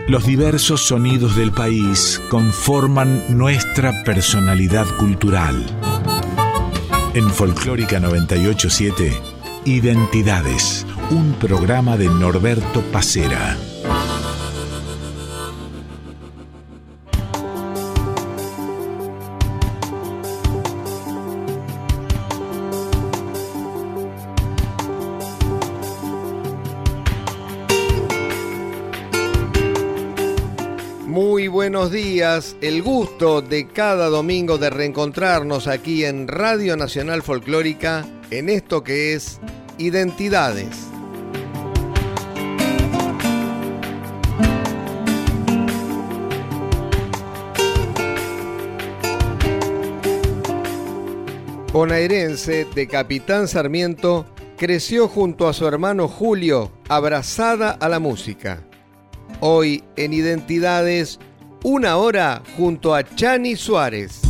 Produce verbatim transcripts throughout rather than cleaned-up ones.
Los diversos sonidos del país conforman nuestra personalidad cultural. En Folclórica noventa y ocho punto siete, Identidades, un programa de Norberto Pacera. Muy buenos días, el gusto de cada domingo de reencontrarnos aquí en Radio Nacional Folclórica en esto que es Identidades. Bonaerense de Capitán Sarmiento, creció junto a su hermano Julio, abrazada a la música. Hoy en Identidades, una hora junto a Chani Suárez.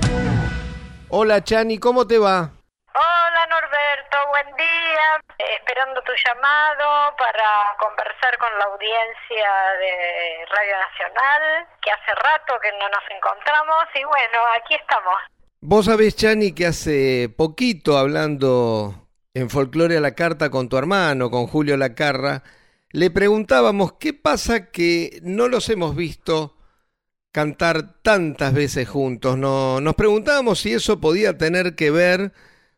Hola Chani, ¿cómo te va? Hola Norberto, buen día. Eh, esperando tu llamado para conversar con la audiencia de Radio Nacional, que hace rato que no nos encontramos, y bueno, aquí estamos. Vos sabés, Chani, que hace poquito, hablando en Folclore a la Carta con tu hermano, con Julio Lacarra, le preguntábamos qué pasa que no los hemos visto cantar tantas veces juntos. No, nos preguntábamos si eso podía tener que ver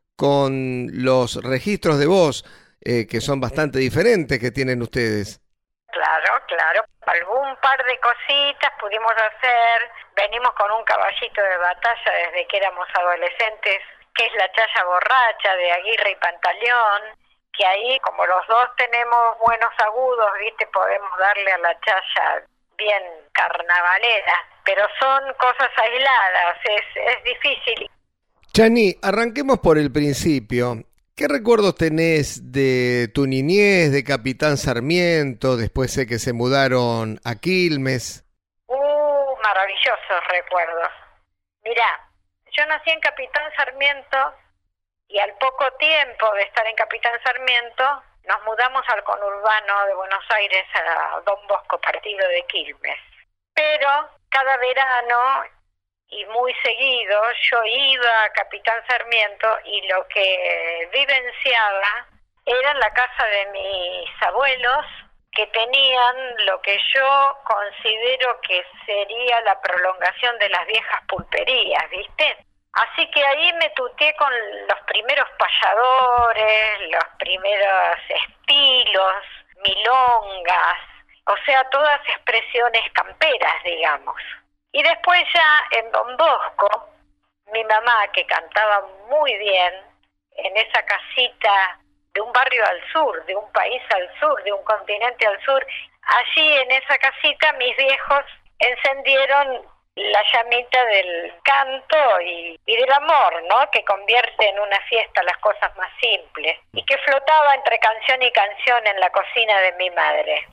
con los registros de voz, eh, que son bastante diferentes que tienen ustedes. Claro, claro. Algún par de cositas pudimos hacer. Venimos con un caballito de batalla desde que éramos adolescentes, que es la Chaya Borracha de Aguirre y Pantaleón, que ahí, como los dos tenemos buenos agudos, viste, podemos darle a la Chaya bien carnavalera, pero son cosas aisladas, es, es difícil. Chani, arranquemos por el principio. ¿Qué recuerdos tenés de tu niñez, de Capitán Sarmiento? Después sé que se mudaron a Quilmes. Uh, maravillosos recuerdos. Mirá, yo nací en Capitán Sarmiento y al poco tiempo de estar en Capitán Sarmiento nos mudamos al conurbano de Buenos Aires, a Don Bosco, partido de Quilmes. Pero cada verano y muy seguido yo iba a Capitán Sarmiento y lo que vivenciaba era en la casa de mis abuelos, que tenían lo que yo considero que sería la prolongación de las viejas pulperías, ¿viste? Así que ahí me tuteé con los primeros payadores, los primeros estilos, milongas, o sea, todas expresiones camperas, digamos. Y después ya en Don Bosco, mi mamá, que cantaba muy bien, en esa casita de un barrio al sur, de un país al sur, de un continente al sur, allí en esa casita mis viejos encendieron la llamita del canto y, y del amor, ¿no? Que convierte en una fiesta las cosas más simples, y que flotaba entre canción y canción en la cocina de mi madre.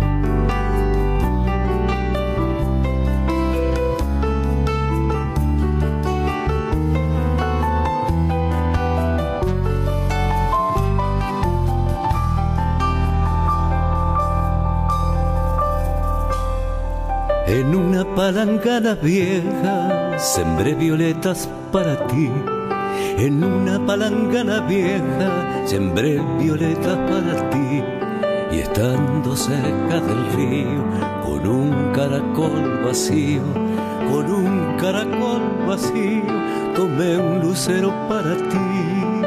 En una palangana vieja sembré violetas para ti. En una palangana vieja sembré violetas para ti. Y estando cerca del río, con un caracol vacío, con un caracol vacío, tomé un lucero para ti.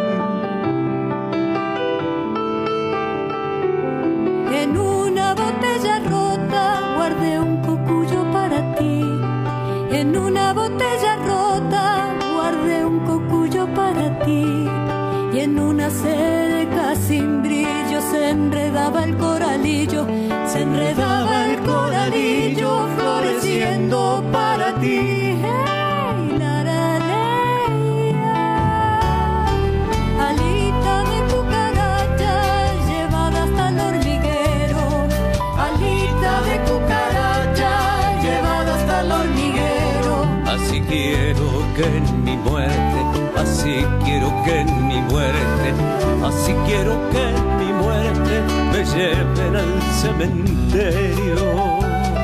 En una botella rota guardé un cocuyo para ti. En una botella rota guardé un cocuyo para ti. Y en una seca sin brillo se enredaba el coralillo, se enredaba el coralillo floreciendo para ti. Hey, la, la, la, la. Alita de cucaracha llevada hasta el hormiguero, alita de cucaracha llevada hasta el hormiguero. Así quiero que en mi muerte, así quiero que en mi muerte, así quiero que en mi muerte me lleven al cementerio.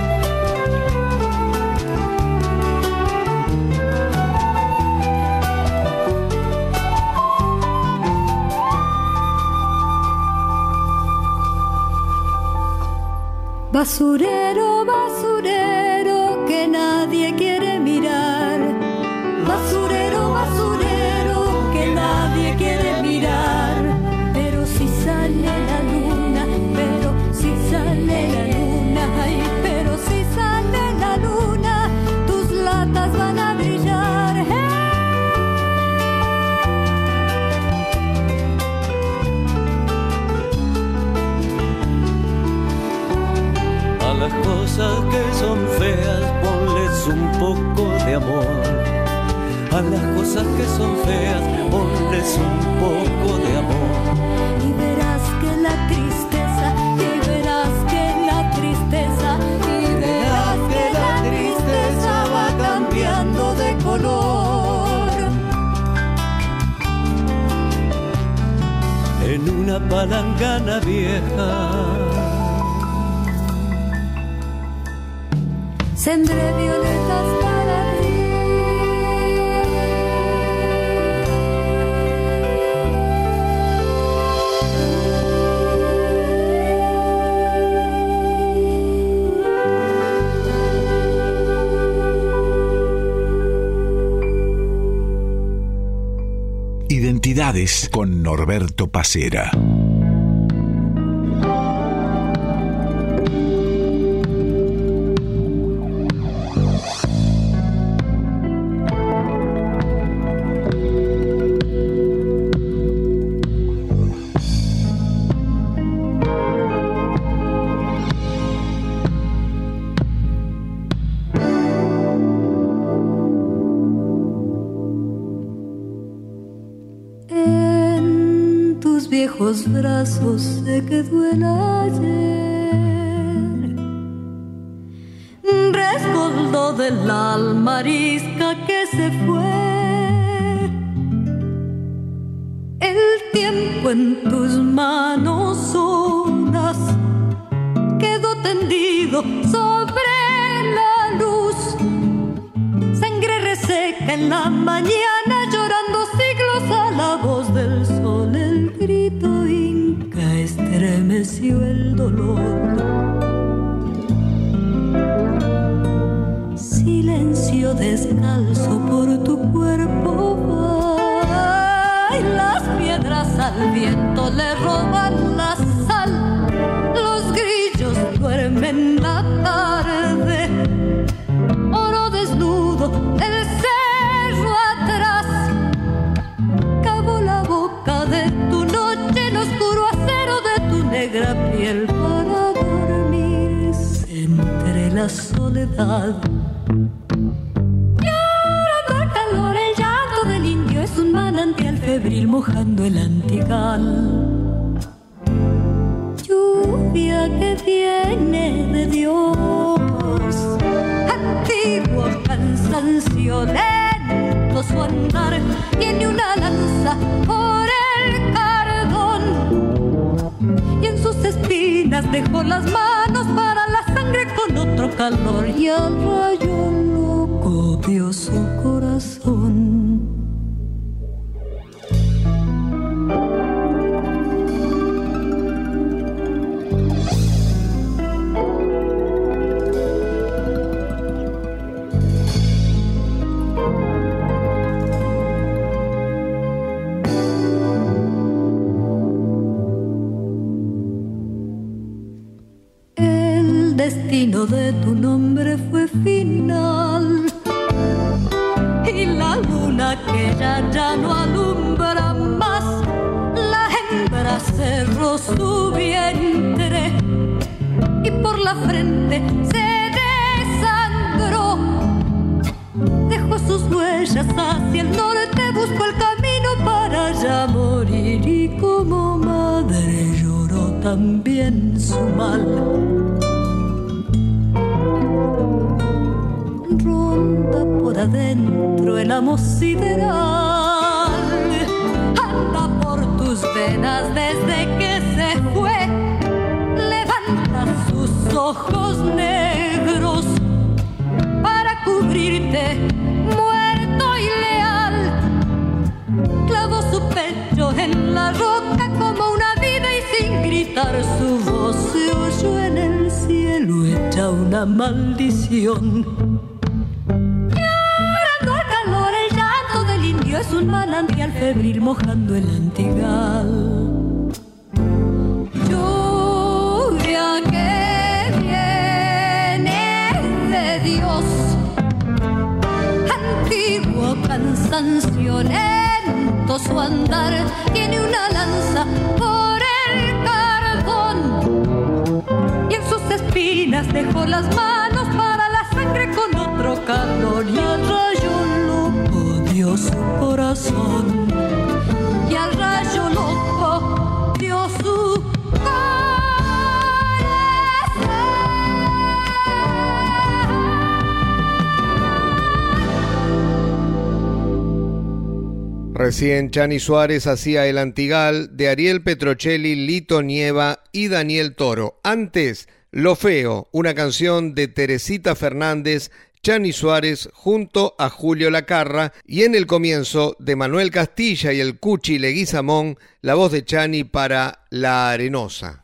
Basurero, basurero que nadie quiere mirar. Basurero, basurero que nadie quiere mirar. Pero si sale la luna, pero si sale la luna, ay, pero si sale la luna, tus latas van a brillar. ¡Hey! A las cosas que son feas ponles un poco de amor. A las cosas que son feas ponles un poco de amor. Y verás que la tristeza, y verás que la tristeza, y verás que la tristeza va cambiando de color. En una palangana vieja. Sembré violetas para ti. Identidades con Norberto Pacera. Viejos brazos se quedó el ayer, rescoldo del alma arisca que se fue. El tiempo en tus manos solas quedó tendido sobre la luz, sangre reseca en la mañana, llorando siglos a la voz del sol. El grito inca estremeció el dolor. Silencio descalzo por tu cuerpo va, y las piedras al viento le roban la sal. Los grillos duermen la tarde, oro desnudo el cerro atrás. Cavo la boca de tu noche, el oscuro acero de tu negra piel para dormirse entre la soledad. Llorando el calor, el llanto del indio es un manantial febril mojando el antigal. Lluvia que viene de Dios, antiguo cansancio lento su andar, tiene una lanza por el cardón y en sus espinas dejó las manos para la sangre con otro calor, y al rayo loco dio su corazón. El destino de tu nombre fue final, y la luna que ya, ya no alumbra más, la hembra cerró su vientre y por la frente se desangró. Dejó sus huellas hacia el norte, buscó el camino para ya morir, y como madre lloró también su mal. Ronda por adentro el amo sideral, anda por tus venas desde que se fue, levanta sus ojos negros para cubrirte, muerto y leal. Clavó su pecho en la roca como una vida, y sin gritar su voz se oyó en el cielo hecha una maldición. Llorando al calor, el llanto del indio es un manantial febril mojando el antigal. Lluvia que viene de Dios, antiguo cansancio lento su andar, tiene una lanza por el cardón y en sus espinas dejó las manos para la sangre con otro calor, y al rayo loco dio su corazón, y al rayo loco dio su Recién Chani Suárez hacía El Antigal de Ariel Petrocelli, Lito Nieva y Daniel Toro. Antes, Lo Feo, una canción de Teresita Fernández, Chani Suárez junto a Julio Lacarra, y en el comienzo de Manuel Castilla y el Cuchi Leguizamón, la voz de Chani para La Arenosa.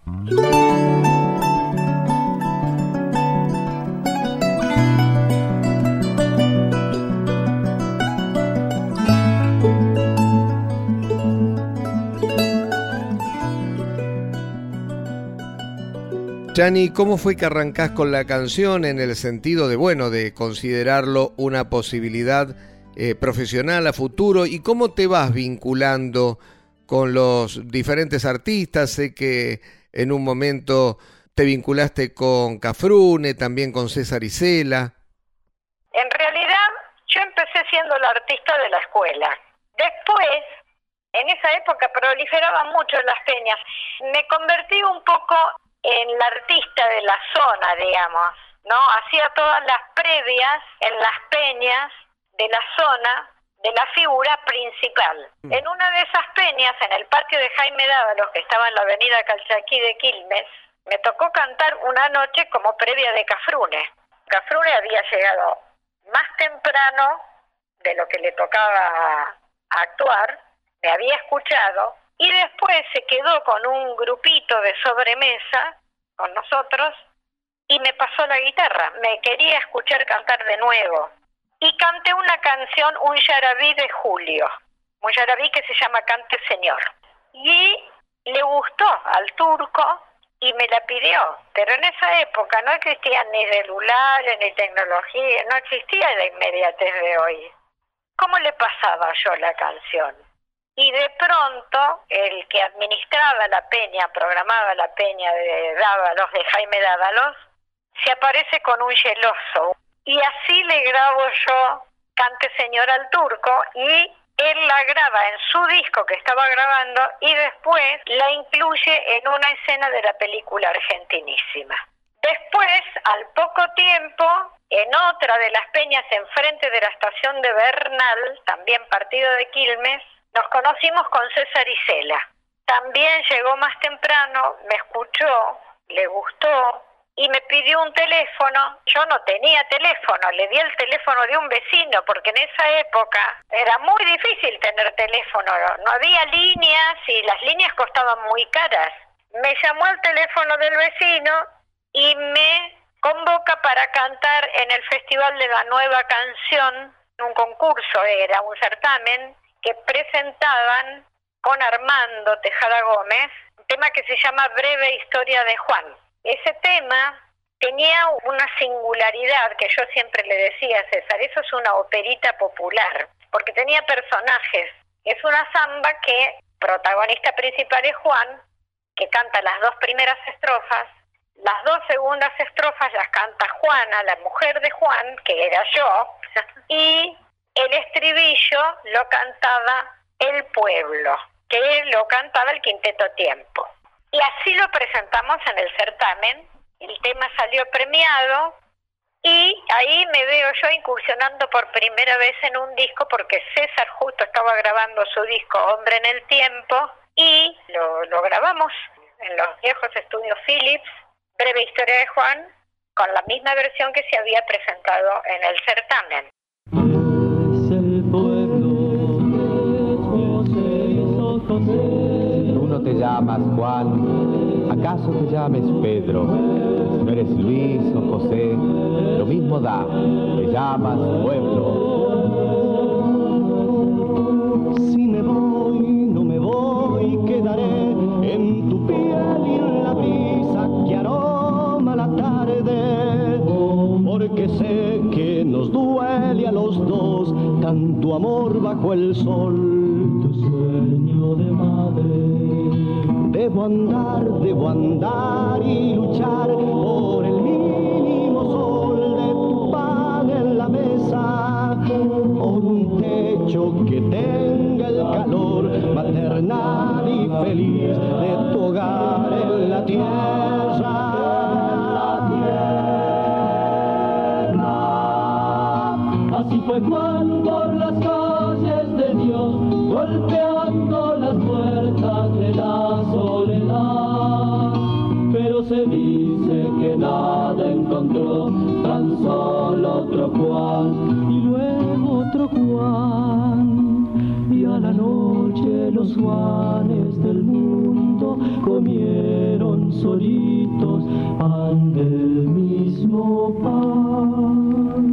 Chani, ¿cómo fue que arrancás con la canción en el sentido de, bueno, de considerarlo una posibilidad eh, profesional a futuro? ¿Y cómo te vas vinculando con los diferentes artistas? Sé que en un momento te vinculaste con Cafrune, también con César Isela. En realidad, yo empecé siendo la artista de la escuela. Después, en esa época proliferaban mucho las peñas. Me convertí un poco en la artista de la zona, digamos, ¿no? Hacía todas las previas en las peñas de la zona de la figura principal. Mm. En una de esas peñas, en el patio de Jaime Dávalos, que estaba en la avenida Calchaquí de Quilmes, me tocó cantar una noche como previa de Cafrune. Cafrune había llegado más temprano de lo que le tocaba actuar, me había escuchado, y después se quedó con un grupito de sobremesa con nosotros y me pasó la guitarra. Me quería escuchar cantar de nuevo. Y canté una canción, un yarabí de Julio. Un yarabí que se llama Cante Señor. Y le gustó al turco y me la pidió. Pero en esa época no existían ni celulares, ni tecnología, no existía la inmediatez de hoy. ¿Cómo le pasaba yo la canción? Y de pronto, el que administraba la peña, programaba la peña de Dávalos, de Jaime Dávalos, se aparece con un yeloso. Y así le grabo yo Cante Señor al turco, y él la graba en su disco que estaba grabando, y después la incluye en una escena de la película Argentinísima. Después, al poco tiempo, en otra de las peñas enfrente de la estación de Bernal, también partido de Quilmes, nos conocimos con César Isela. También llegó más temprano, me escuchó, le gustó y me pidió un teléfono. Yo no tenía teléfono, le di el teléfono de un vecino, porque en esa época era muy difícil tener teléfono, no había líneas y las líneas costaban muy caras. Me llamó al teléfono del vecino y me convoca para cantar en el Festival de la Nueva Canción, un concurso era, un certamen, que presentaban con Armando Tejada Gómez, un tema que se llama Breve Historia de Juan. Ese tema tenía una singularidad que yo siempre le decía a César, eso es una operita popular, porque tenía personajes. Es una samba que protagonista principal es Juan, que canta las dos primeras estrofas, las dos segundas estrofas las canta Juana, la mujer de Juan, que era yo, y el estribillo lo cantaba el pueblo, que lo cantaba el Quinteto Tiempo. Y así lo presentamos en el certamen, el tema salió premiado y ahí me veo yo incursionando por primera vez en un disco, porque César justo estaba grabando su disco Hombre en el Tiempo y lo, lo grabamos en los viejos estudios Philips, Breve Historia de Juan, con la misma versión que se había presentado en el certamen. Te llamas Juan, ¿acaso te llames Pedro? No eres Luis o José, lo mismo da, te llamas pueblo. Si me voy, no me voy, quedaré en tu piel y en la brisa que aroma la tarde, porque sé que nos duele a los dos tanto amor bajo el sol. Tu sueño de madre. Debo andar, debo andar y luchar por el mínimo sol de tu pan en la mesa, por un techo que tenga el calor maternal y feliz de tu hogar en la tierra. Así fue Juan por las calles de Dios, golpeando encontró tan solo otro Juan y luego otro Juan, y a la noche los Juanes del mundo comieron solitos pan del mismo pan.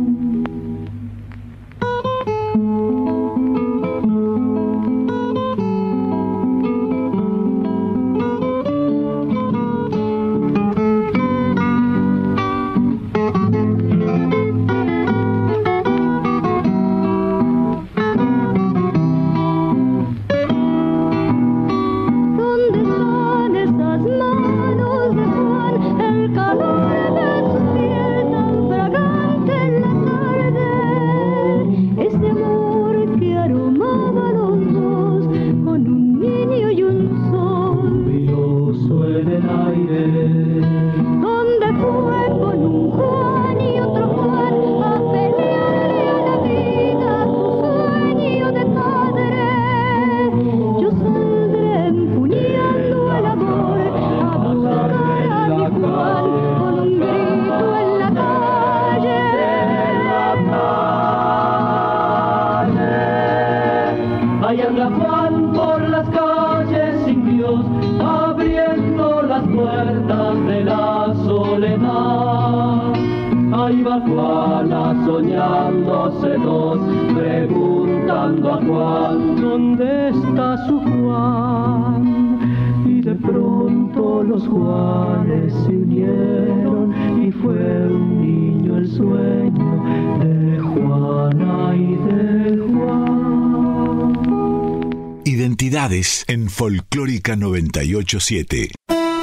En Folclórica noventa y ocho siete.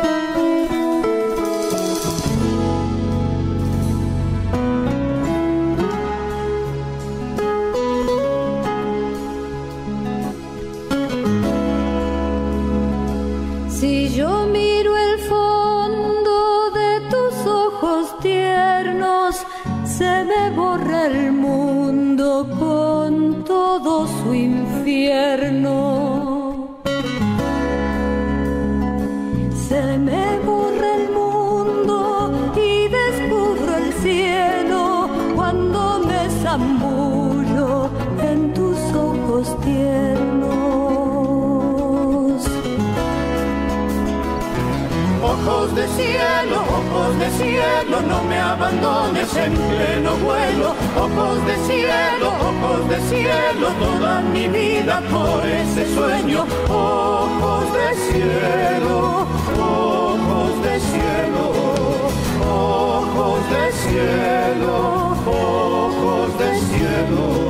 Si yo miro el fondo de tus ojos tiernos, se me borra el mundo con todo su infierno. Se me borra el mundo y descubro el cielo cuando me zambullo en tus ojos tiernos. Ojos de cielo, ojos de cielo, no me abandones en pleno vuelo. Ojos de cielo, ojos de cielo, toda mi vida por ese sueño. Ojos de cielo, ojos de cielo, ojos de cielo, ojos de cielo.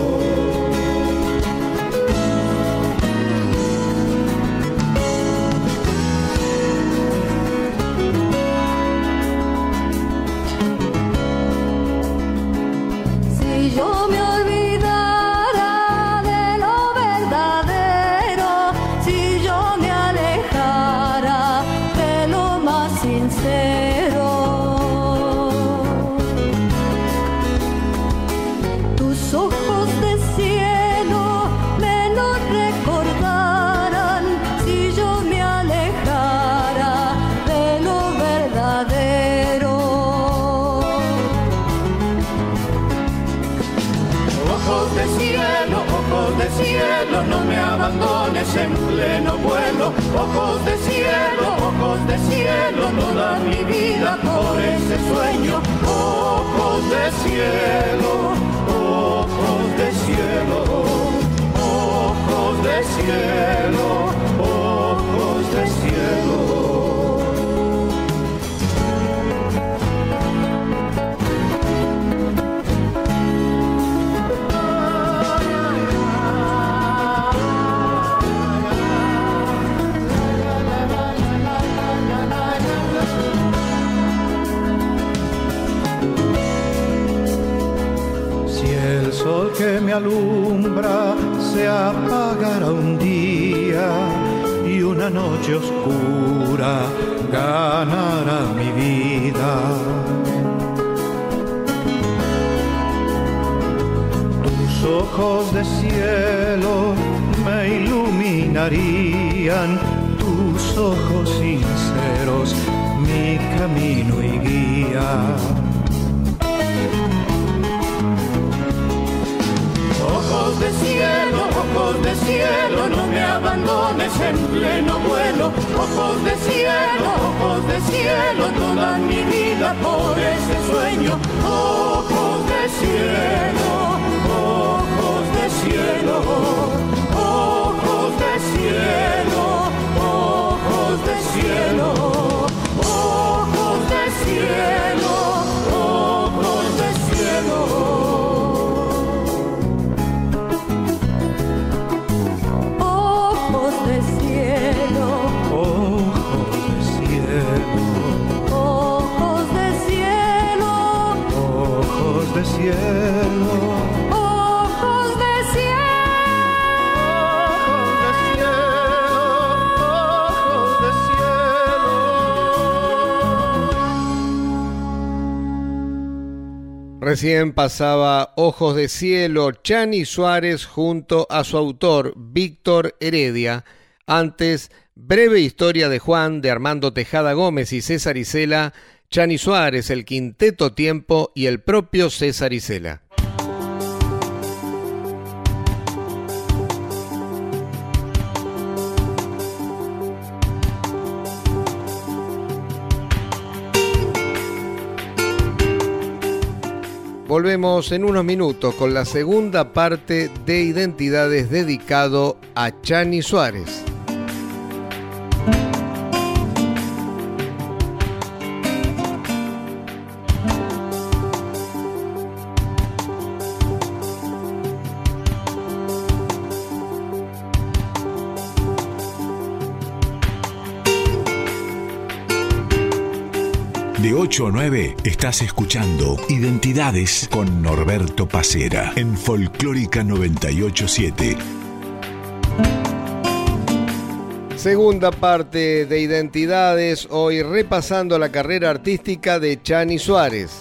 Yo me olvidara de lo verdadero, si yo me alejara de lo más sincero. Tus ojos de cielo me lo recordarán, si yo me alejara de lo verdadero. Ojos de cielo, ojos de cielo, no me abandones en pleno vuelo. Ojos de cielo, ojos de cielo, toda mi vida por ese sueño. Ojos de cielo, ojos de cielo, ojos de cielo, ojos de cielo. El sol que me alumbra se apagará un día y una noche oscura ganará mi vida. Tus ojos de cielo me iluminarían, tus ojos sinceros mi camino y guía. amores en pleno vuelo, ojos de cielo, ojos de cielo, toda mi vida por ese sueño, ojos de cielo, ojos de cielo, ojos de cielo, ojos de cielo, ojos de cielo, ojos de cielo. De cielo, ojos de cielo, ojos de cielo, ojos de cielo. Recién pasaba Ojos de Cielo, Chani Suárez junto a su autor Víctor Heredia. Antes, Breve Historia de Juan de Armando Tejada Gómez y César Isela, Chani Suárez, el Quinteto Tiempo y el propio César Isela. Volvemos en unos minutos con la segunda parte de Identidades dedicado a Chani Suárez. De ocho a nueve estás escuchando Identidades con Norberto Pacera en Folclórica noventa y ocho punto siete. Segunda parte de Identidades, hoy repasando la carrera artística de Chani Suárez.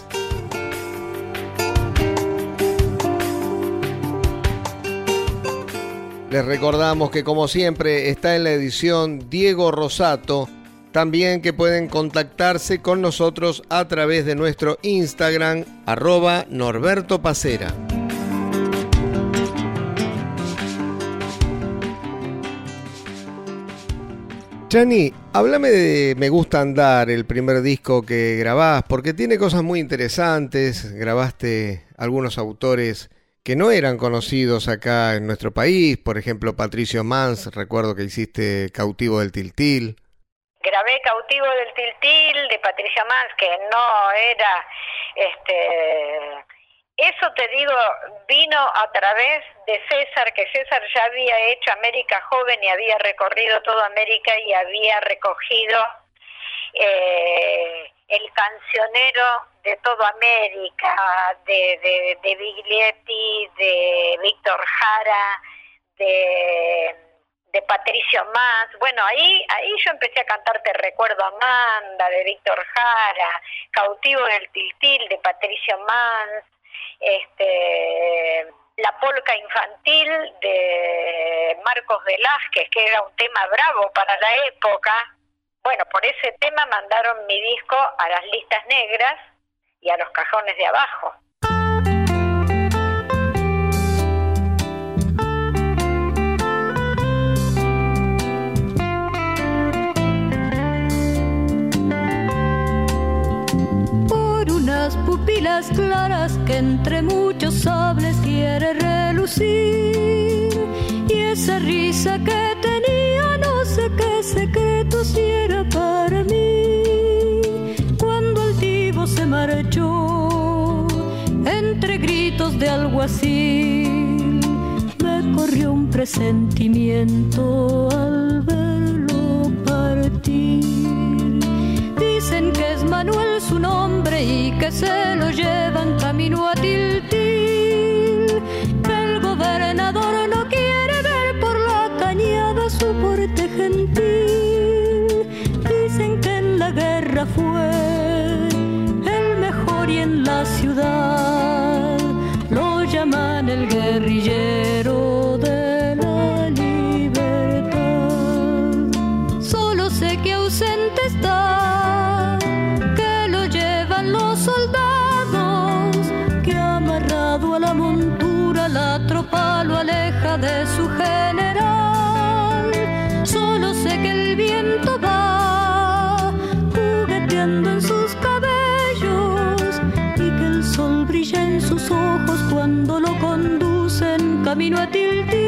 Les recordamos que como siempre está en la edición Diego Rosato. También que pueden contactarse con nosotros a través de nuestro Instagram, arroba Norberto Pacera. Chani, háblame de Me Gusta Andar, el primer disco que grabás, porque tiene cosas muy interesantes. Grabaste algunos autores que no eran conocidos acá en nuestro país, por ejemplo Patricio Mans, recuerdo que hiciste Cautivo del Tiltil. Grabé Cautivo del Tiltil de Patricia Mans, que no era, este, eso te digo, vino a través de César, que César ya había hecho América Joven y había recorrido toda América y había recogido eh, el cancionero de toda América, de, de, de Biglietti, de Víctor Jara, de... de Patricio Mans. Bueno, ahí ahí yo empecé a cantar Te Recuerdo Amanda, de Víctor Jara, Cautivo del Tiltil, de Patricio Mans, este, La Polca Infantil, de Marcos Velázquez, que era un tema bravo para la época. Bueno, por ese tema mandaron mi disco a las listas negras y a los cajones de abajo. Pupilas claras que entre muchos sables quiere relucir, y esa risa que tenía no sé qué secreto si era para mí. Cuando altivo se marchó entre gritos de alguacil, me corrió un presentimiento al verlo partir. Dicen que es Manuel su nombre y que se lo llevan camino a Tiltil, que el gobernador no quiere ver por la cañada su porte gentil. Dicen que en la guerra fue el mejor y en la ciudad lo llaman el guerrillero de la libertad. Solo sé que ausente está, que lo llevan los soldados, que amarrado a la montura la tropa lo aleja de su general. Solo en sus ojos cuando lo conducen camino a Tiltil.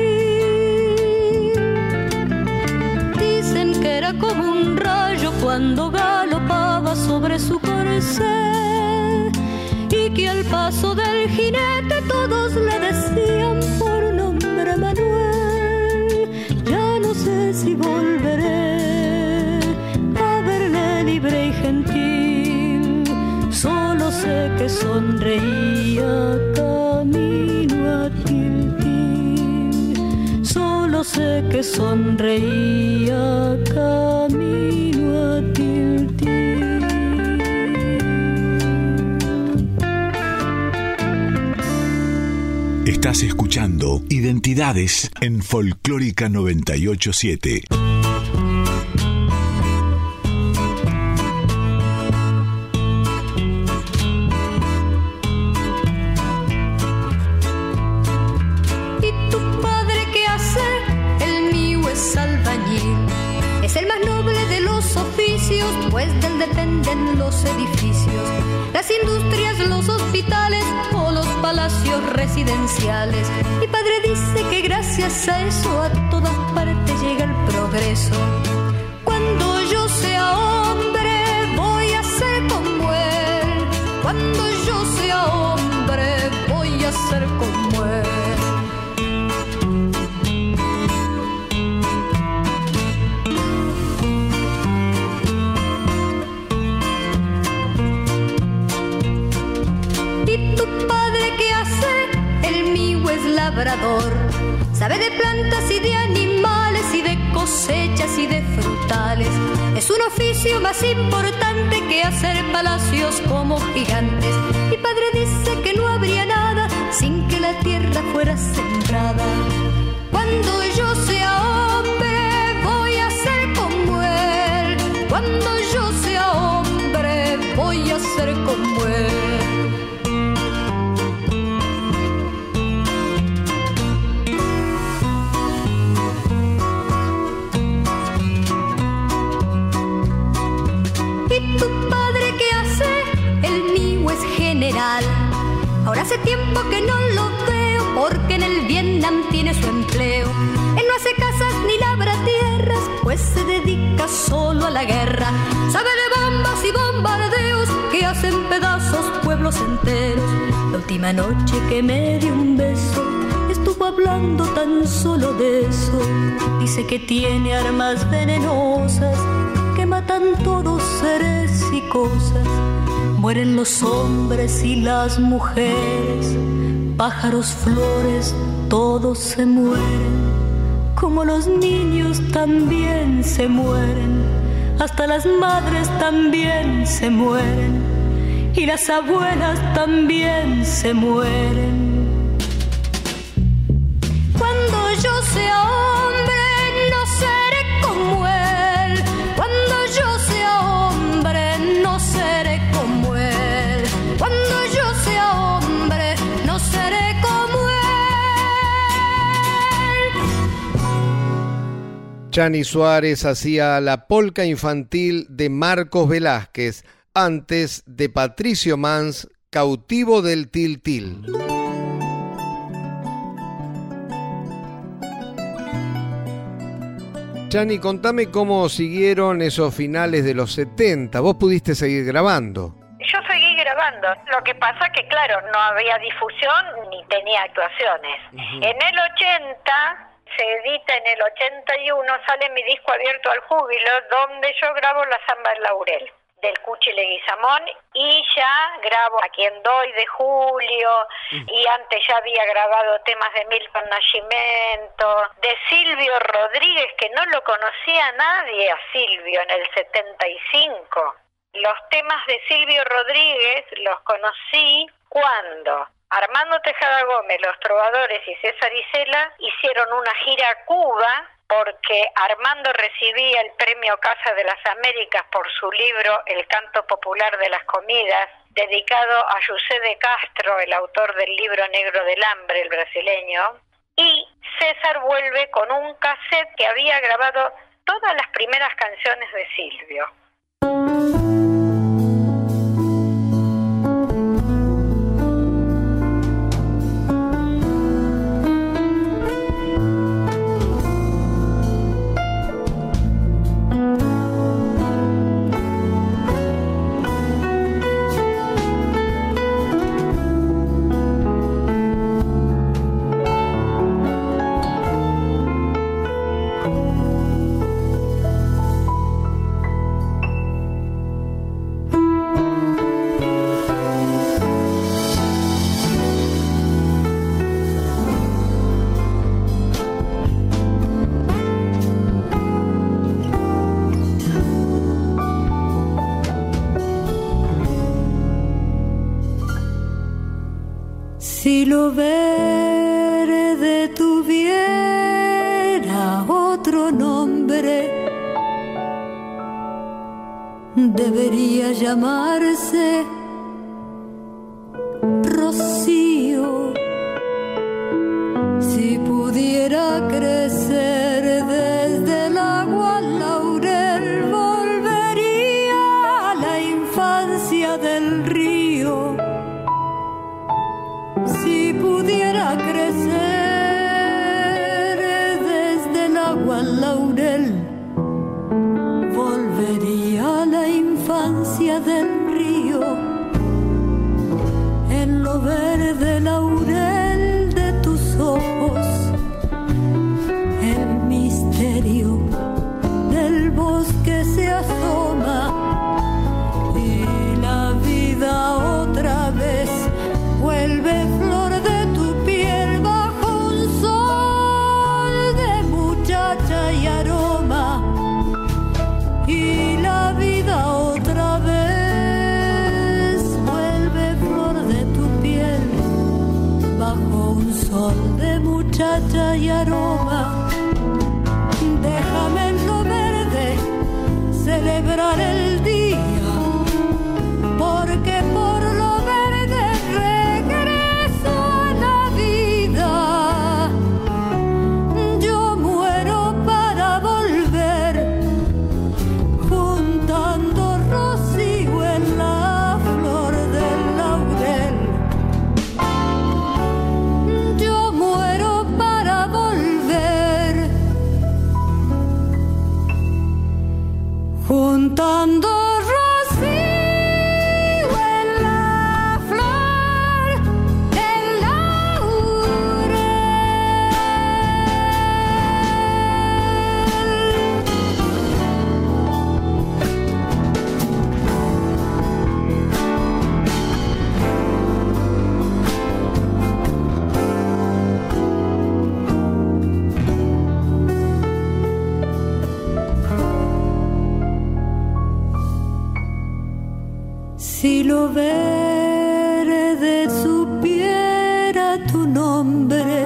Dicen que era como un rayo cuando galopaba sobre su corcel, y que al paso del jinete todos le decían por nombre Manuel. Ya no sé si volveré a verle libre y gentil, solo sé que sonreía camino a Tiltil, solo sé que sonreía camino a Tiltil. Estás escuchando Identidades en Folclórica noventa y ocho siete. ¿Y tu padre qué hace? El mío es albañil. Es el más noble de los oficios, pues de él dependen los edificios, las industrias, los hospitales o los palacios residenciales. Mi padre dice que gracias a eso a todas partes llega el progreso. Cuando yo sea hombre voy a ser como él, cuando yo sea hombre voy a ser como él. Labrador, sabe de plantas y de animales y de cosechas y de frutales. Es un oficio más importante que hacer palacios como gigantes. Mi padre dice que no habría nada sin que la tierra fuera sembrada. Cuando yo sea hombre voy a ser como él, cuando yo sea hombre voy a ser como él. Ahora hace tiempo que no lo veo porque en el Vietnam tiene su empleo. Él no hace casas ni labra tierras, pues se dedica solo a la guerra. Sabe de bombas y bombardeos que hacen pedazos pueblos enteros. La última noche que me dio un beso estuvo hablando tan solo de eso. Dice que tiene armas venenosas que matan todos seres y cosas. Mueren los hombres y las mujeres, pájaros, flores, todos se mueren. Como los niños también se mueren, hasta las madres también se mueren, y las abuelas también se mueren. Cuando yo sea hombre no seré como él, cuando yo sea hombre no seré como él, cuando yo sea hombre no seré como él. Chani Suárez hacía la polca infantil de Marcos Velázquez antes de Patricio Mans, Cautivo del Tiltil. Chani, contame cómo siguieron esos finales de los setenta. ¿Vos pudiste seguir grabando? Yo seguí grabando. Lo que pasa que, claro, no había difusión ni tenía actuaciones. Uh-huh. En el ochenta, se edita en el ochenta y uno, sale mi disco Abierto al Júbilo, donde yo grabo la Zamba del Laurel, del Cuchi Leguizamón, y ya grabo A Quien Doy de Julio, uh-huh. y antes ya había grabado temas de Milton Nascimento, de Silvio Rodríguez, que no lo conocía nadie a Silvio en el setenta y cinco. Los temas de Silvio Rodríguez los conocí cuando Armando Tejada Gómez, Los Trovadores y César Isela hicieron una gira a Cuba, porque Armando recibía el premio Casa de las Américas por su libro El Canto Popular de las Comidas, dedicado a José de Castro, el autor del libro Negro del Hambre, el brasileño, y César vuelve con un cassette que había grabado todas las primeras canciones de Silvio. Si lo verde tuviera otro nombre, debería llamarse Rocío. Si pudiera crecer desde el agua al laurel, volvería a la infancia del río. Si pudiera crecer desde el agua al laurel, volvería a la infancia del río. En lo verde laurel de tus ojos, el misterio del bosque se asoma y la vida otra vez vuelve flor de tu piel bajo un sol de muchacha y aroma. Y la vida otra vez vuelve flor de tu piel bajo un sol de muchacha y aroma. Déjame en lo verde celebrar el día, porque por lo verde regreso a la vida. Yo muero para volver, juntando rocío en la flor del laurel. Yo muero para volver, juntando rocío en la flor del laurel. Si lo verde supiera tu nombre,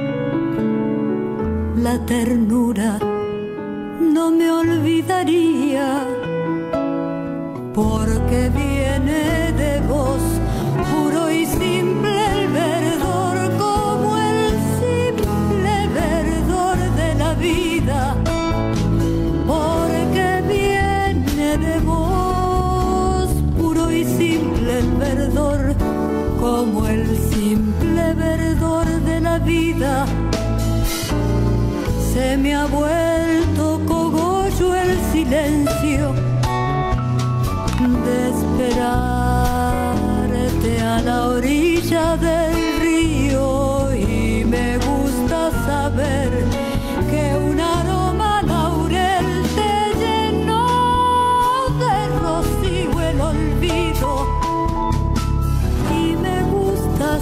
la ternura no me olvidaría, porque viene de vos puro y simple el verdor, como el simple verdor de la vida, porque viene de vos y simple el verdor, como el simple verdor de la vida. Se me ha vuelto cogollo el silencio de esperarte a la orilla del río, y me gusta saber que un aroma laurel te llenó de rocío el olvido, y me gusta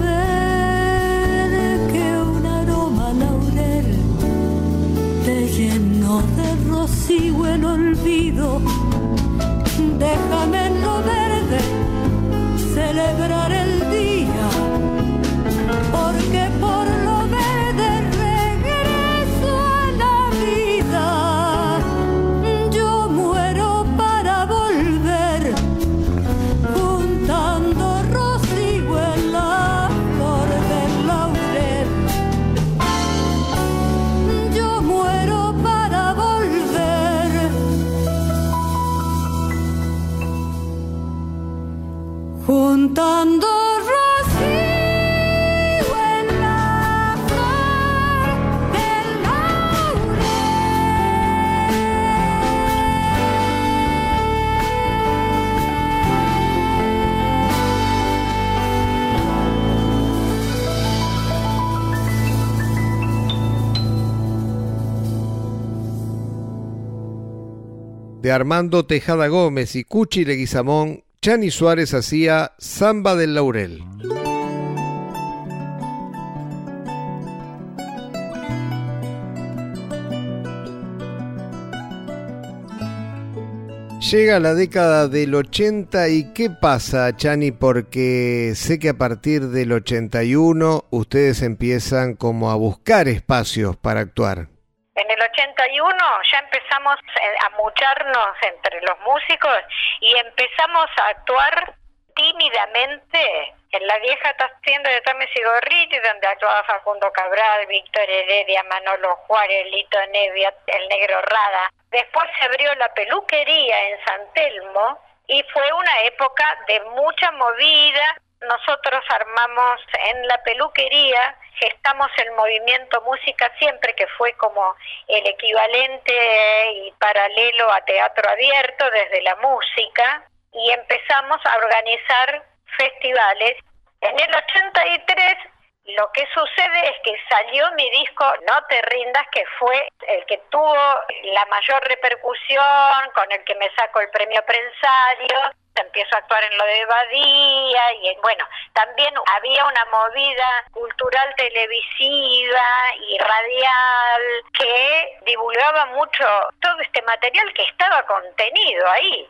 saber que un aroma laurel te llenó de rocío el olvido. Déjame en lo verde celebrar el día, porque por lo verde regreso a la vida. Yo muero para volver, juntando rocío en la flor del laurel. Yo muero para volver, juntando rocío en la flor del laurel. De Armando Tejada Gómez y Cuchi Leguizamón, Chani Suárez hacía Samba del Laurel. Llega la década del ochenta y ¿qué pasa, Chani? Porque sé que a partir del ochenta y uno ustedes empiezan como a buscar espacios para actuar. En el ochenta y uno ya empezamos a mucharnos entre los músicos y empezamos a actuar tímidamente en la vieja tienda de Tames y Gorriti, donde actuaba Facundo Cabral, Víctor Heredia, Manolo Juárez, Lito Nevia, el Negro Rada. Después se abrió la peluquería en San Telmo y fue una época de mucha movida. Nosotros armamos en la peluquería, gestamos el movimiento Música Siempre, que fue como el equivalente y paralelo a teatro abierto desde la música, y empezamos a organizar festivales. En el ochenta y tres lo que sucede es que salió mi disco No Te Rindas, que fue el que tuvo la mayor repercusión, con el que me saco el premio Prensario. Empiezo a actuar en lo de Badía y bueno, también había una movida cultural televisiva y radial que divulgaba mucho todo este material que estaba contenido ahí.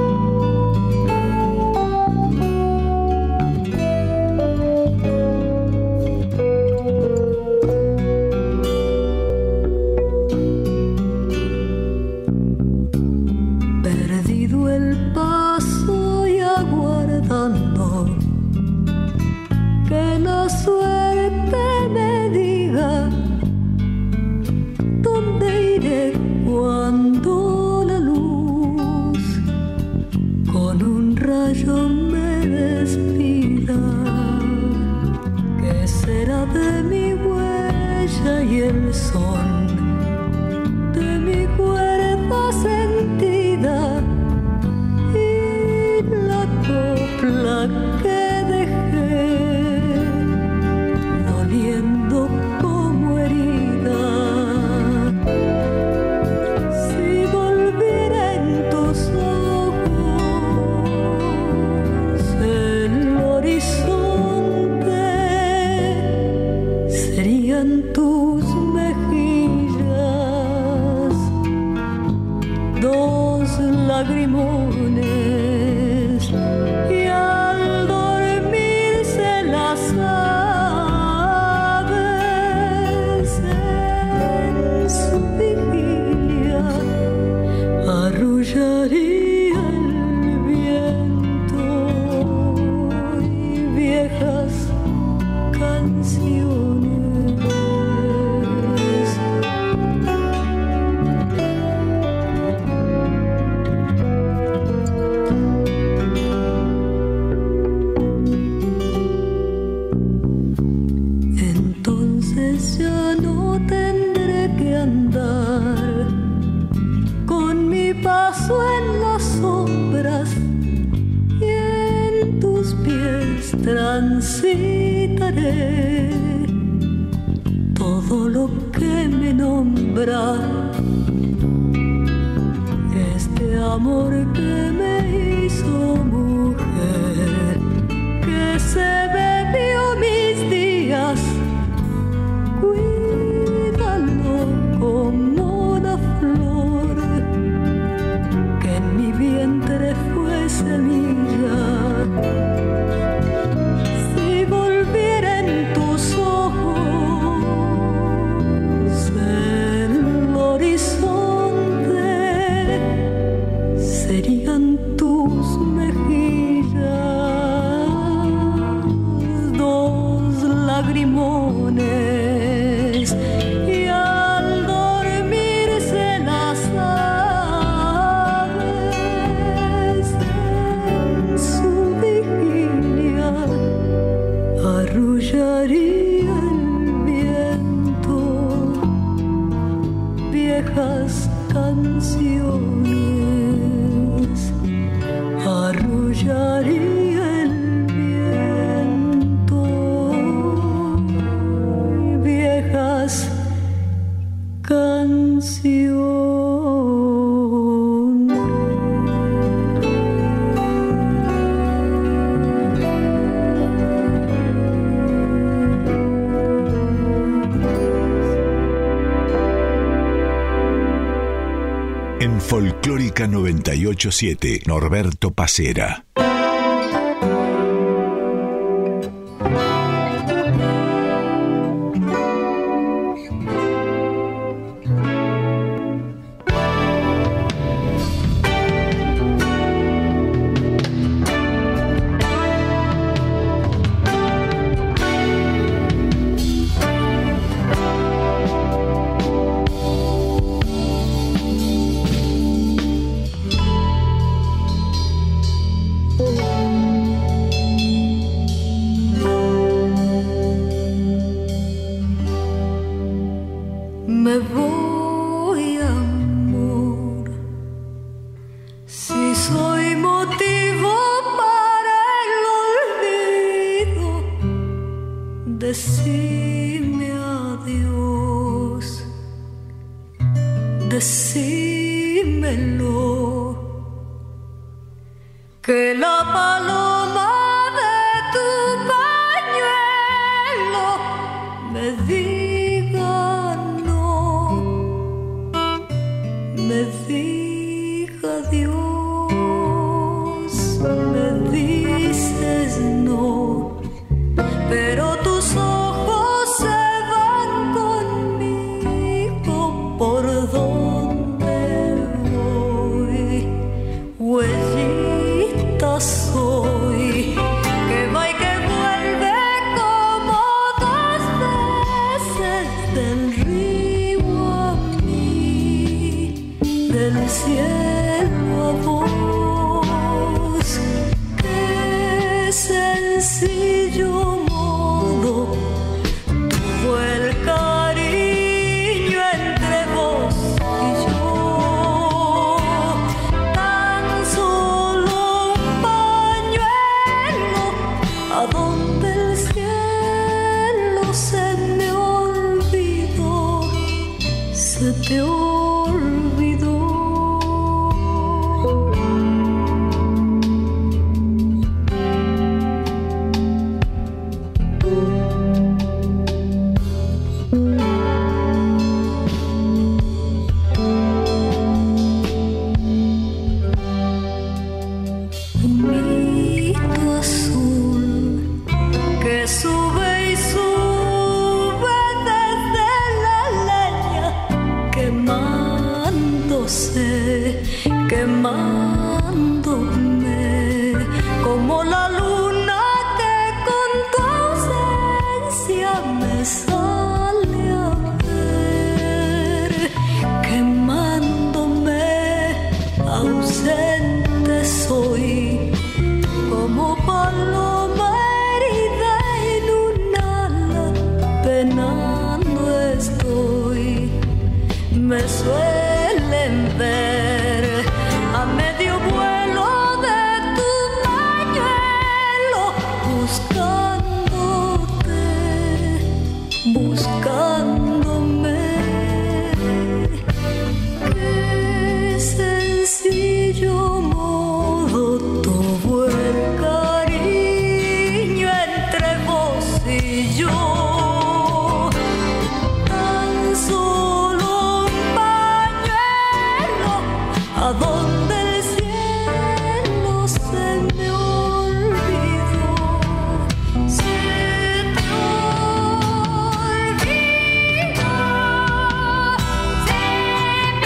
Que la suerte me diga dónde iré cuando la luz con un rayo me despida. ¿Qué será de mi huella y el son de mi cuerda sentida y la copla que como herida? Si volviera en tus ojos el horizonte, serían tus mejillas dos lagrimones y al dormirse las arrullaría el viento y viejas canciones. Entonces ya no tendré que andar con mi paso en las sombras y en tus pies transitaré todo lo que me nombra este amor que me hizo mujer, que se bebió mis días. Cuídalo como una flor que en mi vientre fue semilla. Si volviera en tus ojos el horizonte, serían tus Folclórica noventa y ocho siete, Norberto Pacera. Me voy, amor, si soy motivo para el olvido, decime adiós, decímelo, que la paloma de tu pañuelo me diga, me diga Dios, me dices no, pero tus ojos se van conmigo por donde voy, huellita soy, que va y que vuelve como dos veces del río a mí, del cielo a vos. Qué sencillo modo tuvo el cariño entre vos y yo, tan solo un pañuelo a donde el cielo se me olvidó, se te olvidó. Quemándome como la luna que con tu ausencia me sale a ver, quemándome ausente soy como paloma herida en un ala, penando estoy, me suelen ver a medio vuelo de tu pañuelo, buscándote, buscándome. Qué sencillo modo tuvo el cariño entre vos y yo, tan solo un pañuelo a donde el cielo se me olvidó, se te olvidó, se me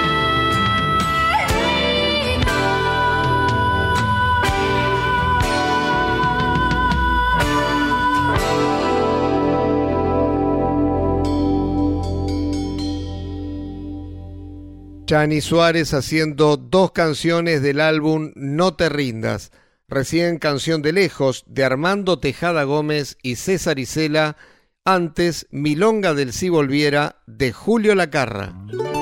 Chani Suárez haciendo dos canciones del álbum No te rindas. Recién Canción de lejos de Armando Tejada Gómez y César Isela. Antes Milonga del Si volviera de Julio Lacarra.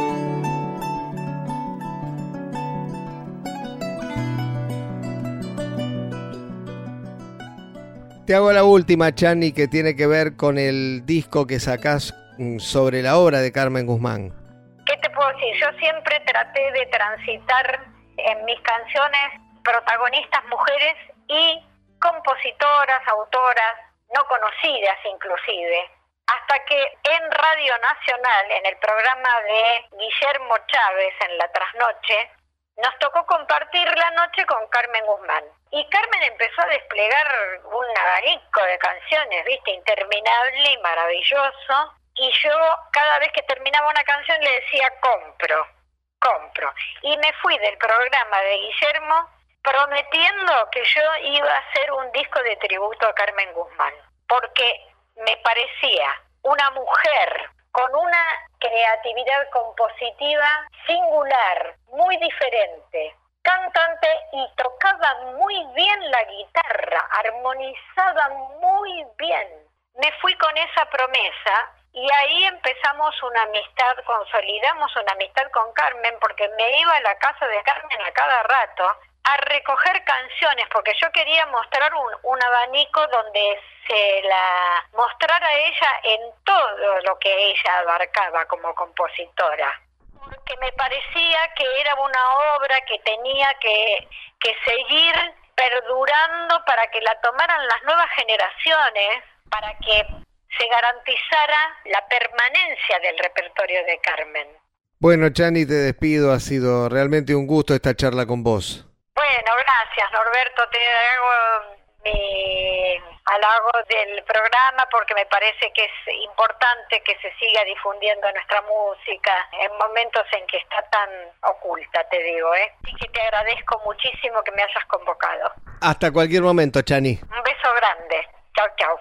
Te hago la última, Chani, que tiene que ver con el disco que sacás sobre la obra de Carmen Guzmán. ¿Qué te puedo decir? Yo siempre traté de transitar en mis canciones protagonistas mujeres y compositoras, autoras, no conocidas inclusive, hasta que en Radio Nacional, en el programa de Guillermo Chávez en la trasnoche, nos tocó compartir la noche con Carmen Guzmán. Y Carmen empezó a desplegar un abanico de canciones, ¿viste? Interminable y maravilloso. Y yo, cada vez que terminaba una canción, le decía, compro, compro. Y me fui del programa de Guillermo prometiendo que yo iba a hacer un disco de tributo a Carmen Guzmán. Porque me parecía una mujer con una creatividad compositiva singular, muy diferente, cantante y tocaba muy bien la guitarra, armonizaba muy bien. Me fui con esa promesa y ahí empezamos una amistad, consolidamos una amistad con Carmen, porque me iba a la casa de Carmen a cada rato a recoger canciones, porque yo quería mostrar un, un abanico donde se la mostrara a ella en todo lo que ella abarcaba como compositora, porque me parecía que era una obra que tenía que, que seguir perdurando para que la tomaran las nuevas generaciones, para que se garantizara la permanencia del repertorio de Carmen. Bueno, Chani, te despido, ha sido realmente un gusto esta charla con vos. Bueno, gracias, Norberto, te hago mi halago del programa porque me parece que es importante que se siga difundiendo nuestra música en momentos en que está tan oculta, te digo, ¿eh? Así que te agradezco muchísimo que me hayas convocado. Hasta cualquier momento, Chani. Un beso grande. Chau, chau.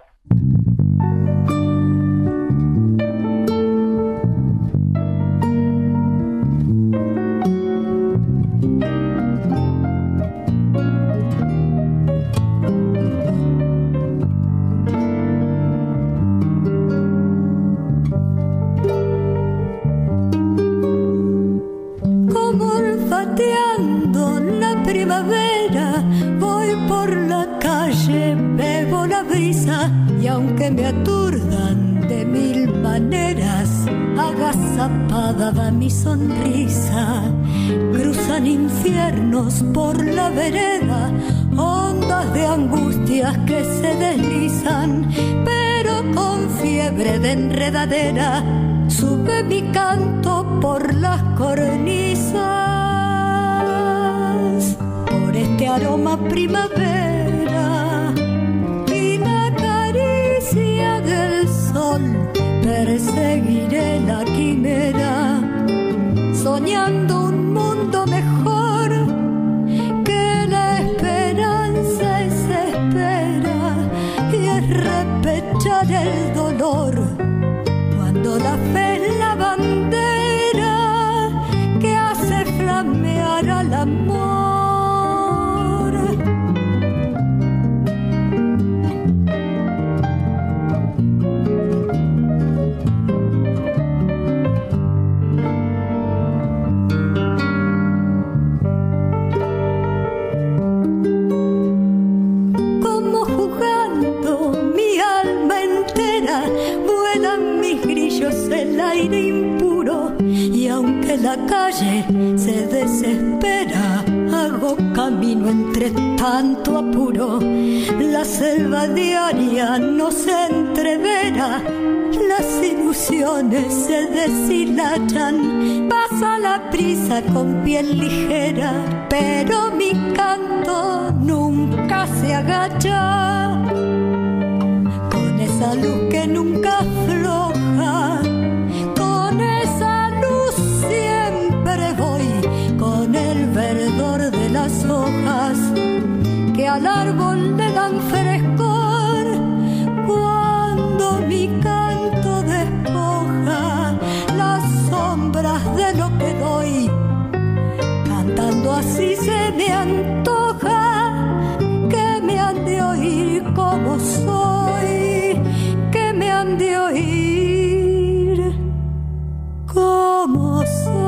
Primavera, voy por la calle, bebo la brisa y aunque me aturdan de mil maneras, agazapada va mi sonrisa. Cruzan infiernos por la vereda, ondas de angustias que se deslizan, pero con fiebre de enredadera sube mi canto por las cornisas. Por este aroma primavera y la caricia del sol, perseguiré la quimera, soñando un mundo mejor, que la esperanza es espera y es repechar el dolor, cuando la fe es la bandera que hace flamear al amor. El aire impuro y aunque la calle se desespera, hago camino entre tanto apuro. La selva diaria no se entrevera, las ilusiones se deshilachan. Pasa la prisa con piel ligera, pero mi canto nunca se agacha. Con esa luz que nunca afloja, con esa luz siempre voy, con el verdor de las hojas que al árbol le dan frescor. Cuando mi canto despoja las sombras de lo que doy, cantando así se me antoja que me han de oír como soy, que me han de oír como soy.